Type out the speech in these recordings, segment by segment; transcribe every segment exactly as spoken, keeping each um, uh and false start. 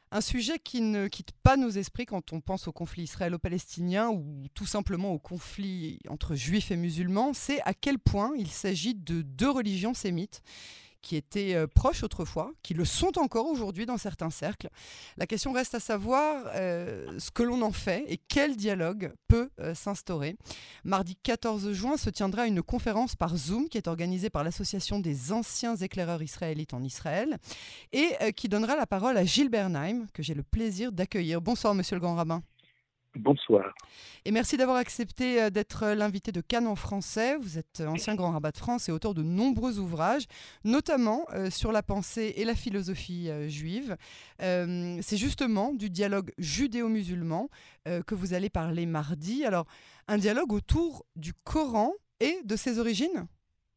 Un sujet qui ne quitte pas nos esprits quand on pense au conflit israélo-palestinien ou tout simplement au conflit entre juifs et musulmans, c'est à quel point il s'agit de deux religions sémites qui étaient euh, proches autrefois, qui le sont encore aujourd'hui dans certains cercles. La question reste à savoir euh, ce que l'on en fait et quel dialogue peut euh, s'instaurer. Mardi quatorze juin se tiendra une conférence par Zoom qui est organisée par l'Association des anciens éclaireurs israélites en Israël et euh, qui donnera la parole à Gilles Bernheim, que j'ai le plaisir d'accueillir. Bonsoir, monsieur le grand rabbin. Bonsoir. Et merci d'avoir accepté euh, d'être euh, l'invité de Cannes en français. Vous êtes euh, ancien grand rabbin de France et auteur de nombreux ouvrages, notamment euh, sur la pensée et la philosophie euh, juive. Euh, c'est justement du dialogue judéo-musulman euh, que vous allez parler mardi. Alors, un dialogue autour du Coran et de ses origines.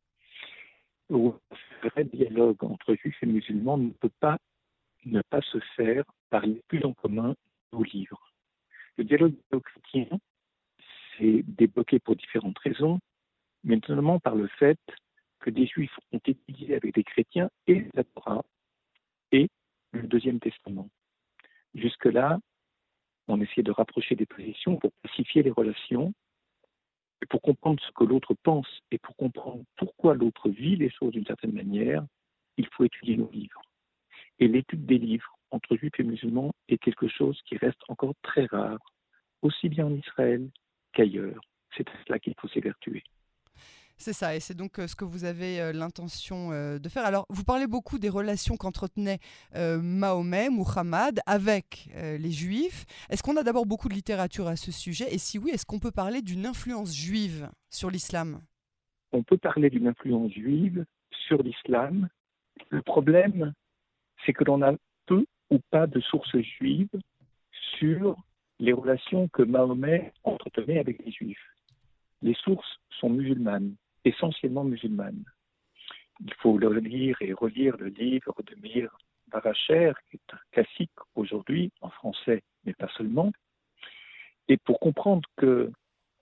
Le vrai dialogue entre juifs et musulmans ne peut pas ne pas se faire par les plus en commun nos livres. Le dialogue chrétien s'est débloqué pour différentes raisons, mais notamment par le fait que des juifs ont étudié avec des chrétiens et la Torah et le Deuxième Testament. Jusque-là, on essayait de rapprocher des positions pour pacifier les relations, et pour comprendre ce que l'autre pense et pour comprendre pourquoi l'autre vit les choses d'une certaine manière, il faut étudier nos livres. Et l'étude des livres entre juifs et musulmans est quelque chose qui reste encore très rare, aussi bien en Israël qu'ailleurs. C'est à cela qu'il faut s'évertuer. C'est ça, et c'est donc euh, ce que vous avez euh, l'intention euh, de faire. Alors, vous parlez beaucoup des relations qu'entretenait euh, Mahomet, Muhammad, avec euh, les Juifs. Est-ce qu'on a d'abord beaucoup de littérature à ce sujet? Et si oui, est-ce qu'on peut parler d'une influence juive sur l'islam? On peut parler d'une influence juive sur l'islam. Le problème, c'est que l'on a peu ou pas de sources juives sur les relations que Mahomet entretenait avec les Juifs. Les sources sont musulmanes, essentiellement musulmanes. Il faut le lire et relire le livre de Meir Baracher, qui est un classique aujourd'hui en français, mais pas seulement. Et pour comprendre que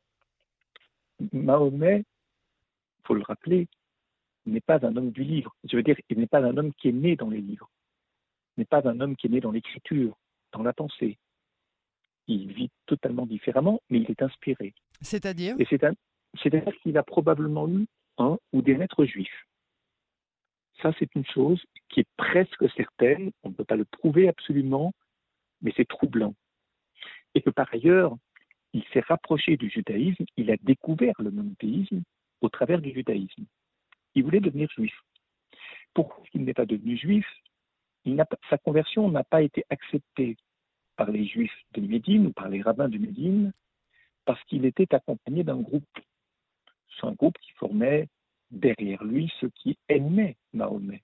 Mahomet, il faut le rappeler, n'est pas un homme du livre. Je veux dire, il n'est pas un homme qui est né dans les livres, n'est pas un homme qui est né dans l'écriture, dans la pensée. Il vit totalement différemment, mais il est inspiré. C'est-à-dire? Et c'est un, c'est-à-dire qu'il a probablement eu un ou des maîtres juifs. Ça, c'est une chose qui est presque certaine, on ne peut pas le prouver absolument, mais c'est troublant. Et que par ailleurs, il s'est rapproché du judaïsme, il a découvert le monothéisme au travers du judaïsme. Il voulait devenir juif. Pourquoi il n'est pas devenu juif? Il n'a pas, sa conversion n'a pas été acceptée par les juifs de Médine ou par les rabbins de Médine parce qu'il était accompagné d'un groupe. C'est un groupe qui formait derrière lui ceux qui aimaient Mahomet.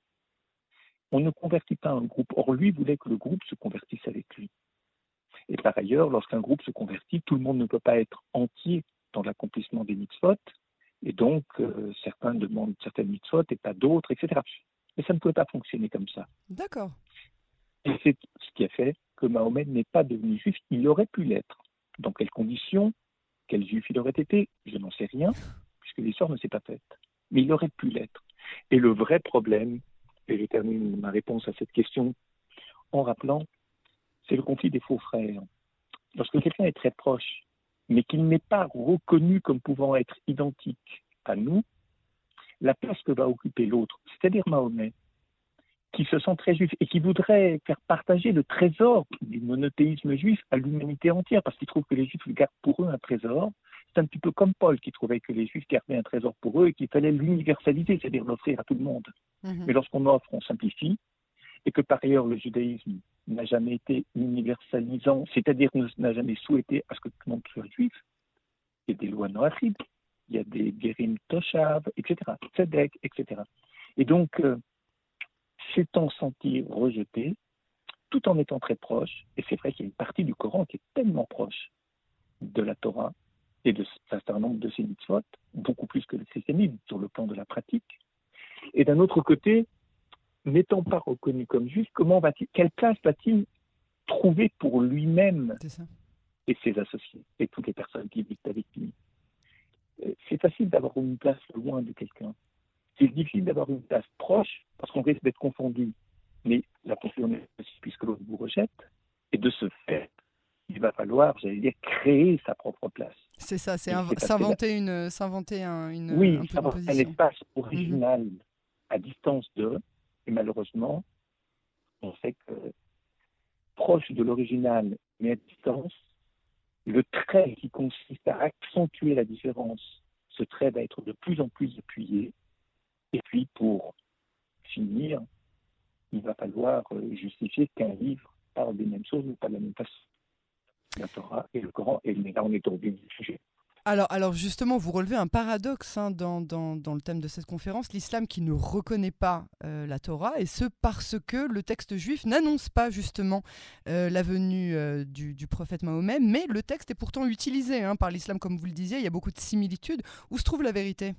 On ne convertit pas un groupe. Or, lui voulait que le groupe se convertisse avec lui. Et par ailleurs, lorsqu'un groupe se convertit, tout le monde ne peut pas être entier dans l'accomplissement des mitzvot. Et donc, euh, certains demandent certaines mitzvot et pas d'autres, et cetera. Mais ça ne pouvait pas fonctionner comme ça. D'accord. Et c'est ce qui a fait que Mahomet n'est pas devenu juif. Il aurait pu l'être. Dans quelles conditions? Quel juif il aurait été? Je n'en sais rien, puisque l'histoire ne s'est pas faite. Mais il aurait pu l'être. Et le vrai problème, et je termine ma réponse à cette question en rappelant, c'est le conflit des faux frères. Lorsque quelqu'un est très proche, mais qu'il n'est pas reconnu comme pouvant être identique à nous, la place que va occuper l'autre, c'est-à-dire Mahomet, qui se sent très juif et qui voudrait faire partager le trésor du monothéisme juif à l'humanité entière, parce qu'il trouve que les juifs gardent pour eux un trésor. C'est un petit peu comme Paul qui trouvait que les juifs gardaient un trésor pour eux et qu'il fallait l'universaliser, c'est-à-dire l'offrir à tout le monde. Mhm. Mais lorsqu'on offre, on simplifie, et que par ailleurs le judaïsme n'a jamais été universalisant, c'est-à-dire n'a jamais souhaité à ce que tout le monde soit juif. Il y a des lois noachides, il y a des guérim toshav, et cetera, tzedek, et cetera. Et donc, euh, s'étant senti rejeté, tout en étant très proche, et c'est vrai qu'il y a une partie du Coran qui est tellement proche de la Torah et de un certain nombre de ses mitzvot, beaucoup plus que le christianisme sur le plan de la pratique. Et d'un autre côté, n'étant pas reconnu comme juif, comment va-t-il, quelle place va-t-il trouver pour lui-même C'est ça. et ses associés et toutes les personnes qui vivent avec lui? C'est facile d'avoir une place loin de quelqu'un. C'est difficile d'avoir une place proche parce qu'on risque d'être confondu. Mais la confusion est possible puisque l'autre vous rejette. falloir, j'allais dire, créer sa propre place. C'est ça, c'est Et inv- c'est parce que, là, s'inventer une, s'inventer un, une, oui, un peu une avoir un position. espace Mhm. original à distance de, et malheureusement, on sait que proche de l'original, mais à distance, le trait qui consiste à accentuer la différence, ce trait va être de plus en plus appuyé. Et puis, pour finir, il va falloir euh, justifier qu'un livre parle des mêmes choses, mais pas de la même façon. La Torah et le Coran, et là, on est au début du sujet. Alors, alors justement, vous relevez un paradoxe hein, dans, dans, dans le thème de cette conférence, l'islam qui ne reconnaît pas euh, la Torah, et ce parce que le texte juif n'annonce pas justement euh, la venue euh, du, du prophète Mahomet, mais le texte est pourtant utilisé hein, par l'islam, comme vous le disiez, il y a beaucoup de similitudes. Où se trouve la vérité?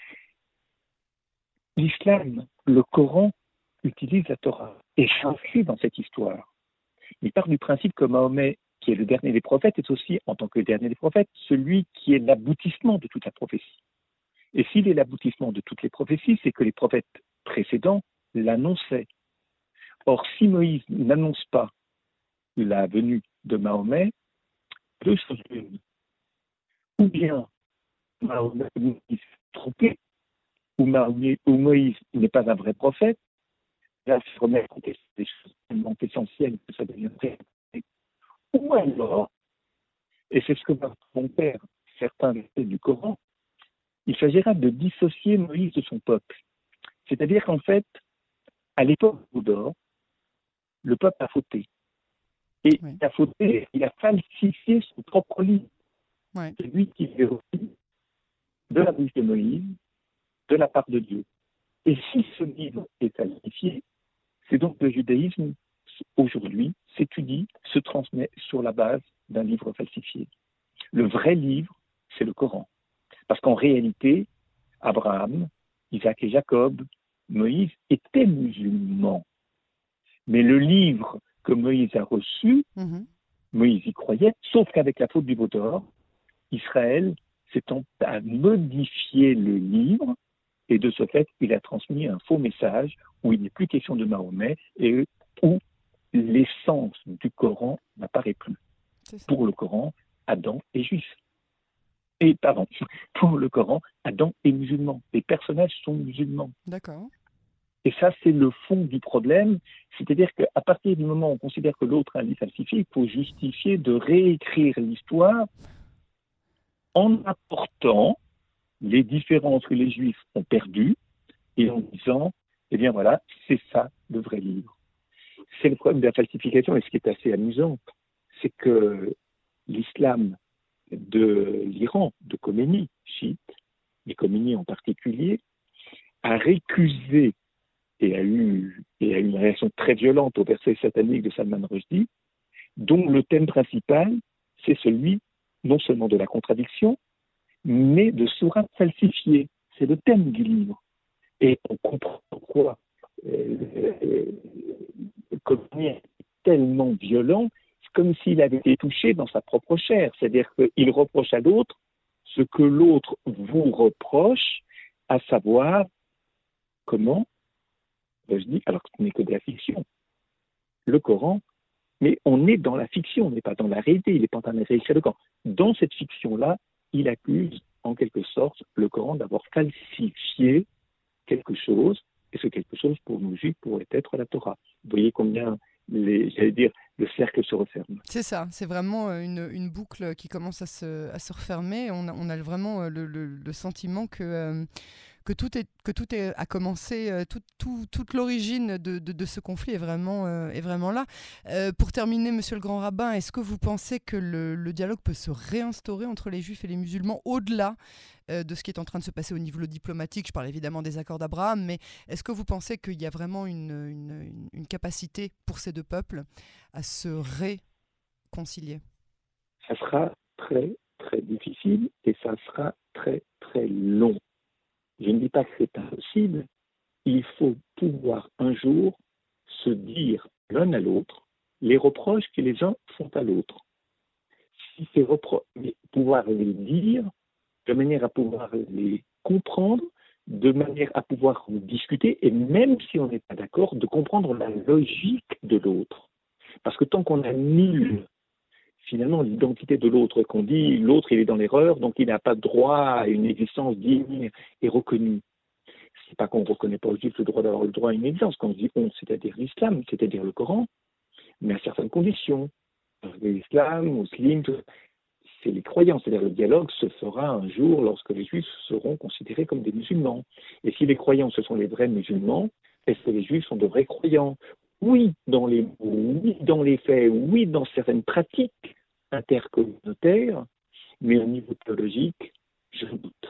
L'islam, le Coran, utilise la Torah et s'inscrit dans cette histoire. Il part du principe que Mahomet, qui est le dernier des prophètes, est aussi, en tant que dernier des prophètes, celui qui est l'aboutissement de toute la prophétie. Et s'il est l'aboutissement de toutes les prophéties, c'est que les prophètes précédents l'annonçaient. Or, si Moïse n'annonce pas la venue de Mahomet, deux choses l'une. Ou bien Mahomet s'est trompé, ou, Mahomet, ou Moïse n'est pas un vrai prophète, là, se remettre en question des choses tellement essentielles que ça deviendrait. Ou alors, et c'est ce que va faire certains versets du Coran, il s'agira de dissocier Moïse de son peuple. C'est-à-dire qu'en fait, à l'époque d'Odor, le peuple a fauté. Et Oui. il a fauté, il a falsifié son propre livre. Ouais. C'est lui qui est reçu de la bouche de Moïse, de la part de Dieu. Et si ce livre est falsifié, c'est donc le judaïsme, aujourd'hui, s'étudie, se transmet sur la base d'un livre falsifié. Le vrai livre, c'est le Coran. Parce qu'en réalité, Abraham, Isaac et Jacob, Moïse étaient musulmans. Mais le livre que Moïse a reçu, Mhm. Moïse y croyait, sauf qu'avec la faute du veau d'or, Israël s'étant à modifier le livre, et de ce fait, il a transmis un faux message où il n'est plus question de Mahomet et où l'essence du Coran n'apparaît plus. C'est ça. Pour le Coran, Adam est juif. Et pardon, pour le Coran, Adam est musulman. Les personnages sont musulmans. D'accord. Et ça, c'est le fond du problème. C'est-à-dire qu'à partir du moment où on considère que l'autre a un livre falsifié, il faut justifier de réécrire l'histoire en apportant les différences que les Juifs ont perdues et en disant, eh bien voilà, c'est ça le vrai livre. C'est le problème de la falsification, et ce qui est assez amusant, c'est que l'islam de l'Iran, de Khomeini, chiite, et Khomeini en particulier, a récusé et a eu, et a eu une réaction très violente au verset satanique de Salman Rushdie, dont le thème principal, c'est celui non seulement de la contradiction, mais de sourates falsifiées. C'est le thème du livre. Et on comprend pourquoi euh, euh, Khomeini est tellement violent, c'est comme s'il avait été touché dans sa propre chair. C'est-à-dire qu'il reproche à l'autre ce que l'autre vous reproche, à savoir comment, ben je dis, alors que ce n'est que de la fiction, le Coran, mais on est dans la fiction, on n'est pas dans la réalité, il n'est pas en train de réécrire le Coran. Dans cette fiction-là, il accuse en quelque sorte le Coran d'avoir falsifié quelque chose, et ce quelque chose pour nous juifs pourrait être la Torah. Vous voyez combien, les, j'allais dire, le cercle se referme. C'est ça, c'est vraiment euh, une, une boucle qui commence à se, à se refermer. On a, on a vraiment euh, le, le, le sentiment que, euh, que tout, est, que tout est, a commencé, euh, tout, tout, toute l'origine de, de, de ce conflit est vraiment, euh, est vraiment là. Euh, pour terminer, monsieur le grand rabbin, est-ce que vous pensez que le, le dialogue peut se réinstaurer entre les juifs et les musulmans au-delà euh, de ce qui est en train de se passer au niveau diplomatique? Je parle évidemment des accords d'Abraham, mais est-ce que vous pensez qu'il y a vraiment une, une, une capacité pour ces deux peuples à se réconcilier? Ça sera très, très difficile et ça sera très, très long. Je ne dis pas que c'est impossible. Il faut pouvoir un jour se dire l'un à l'autre les reproches que les uns font à l'autre. Si ces reproches, pouvoir les dire de manière à pouvoir les comprendre, de manière à pouvoir discuter, et même si on n'est pas d'accord, de comprendre la logique de l'autre. Parce que tant qu'on annule finalement l'identité de l'autre, qu'on dit l'autre il est dans l'erreur, donc il n'a pas droit à une existence digne et reconnue. C'est pas qu'on ne reconnaît pas aux juifs le droit d'avoir le droit à une existence, quand on dit on, c'est-à-dire l'islam, c'est-à-dire le Coran, mais à certaines conditions. L'islam, musulman, c'est les croyants, c'est-à-dire le dialogue se fera un jour lorsque les juifs seront considérés comme des musulmans. Et si les croyants, ce sont les vrais musulmans, est-ce que les juifs sont de vrais croyants? Oui, dans les mots, oui, dans les faits, oui, dans certaines pratiques intercommunautaires, mais au niveau théologique, je doute.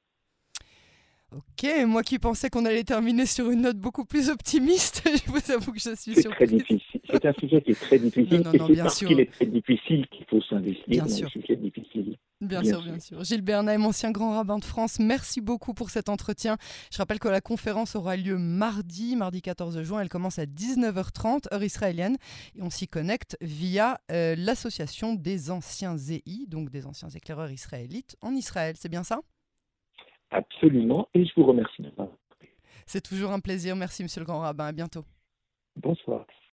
Ok, moi qui pensais qu'on allait terminer sur une note beaucoup plus optimiste, je vous avoue que je suis c'est surprise. Très difficile. C'est un sujet qui est très difficile, non, non, et non, c'est bien parce sûr. qu'il est très difficile qu'il faut s'investir bien dans sûr. le sujet difficile. Bien, bien sûr, sûr, bien sûr. Gilles Bernheim, ancien grand rabbin de France, merci beaucoup pour cet entretien. Je rappelle que la conférence aura lieu mardi, mardi quatorze juin. Elle commence à dix-neuf heures trente, heure israélienne. Et on s'y connecte via euh, l'association des anciens E I, donc des anciens éclaireurs israélites en Israël. C'est bien ça? Absolument, et je vous remercie de ça. C'est toujours un plaisir. Merci, monsieur le grand rabbin. À bientôt. Bonsoir.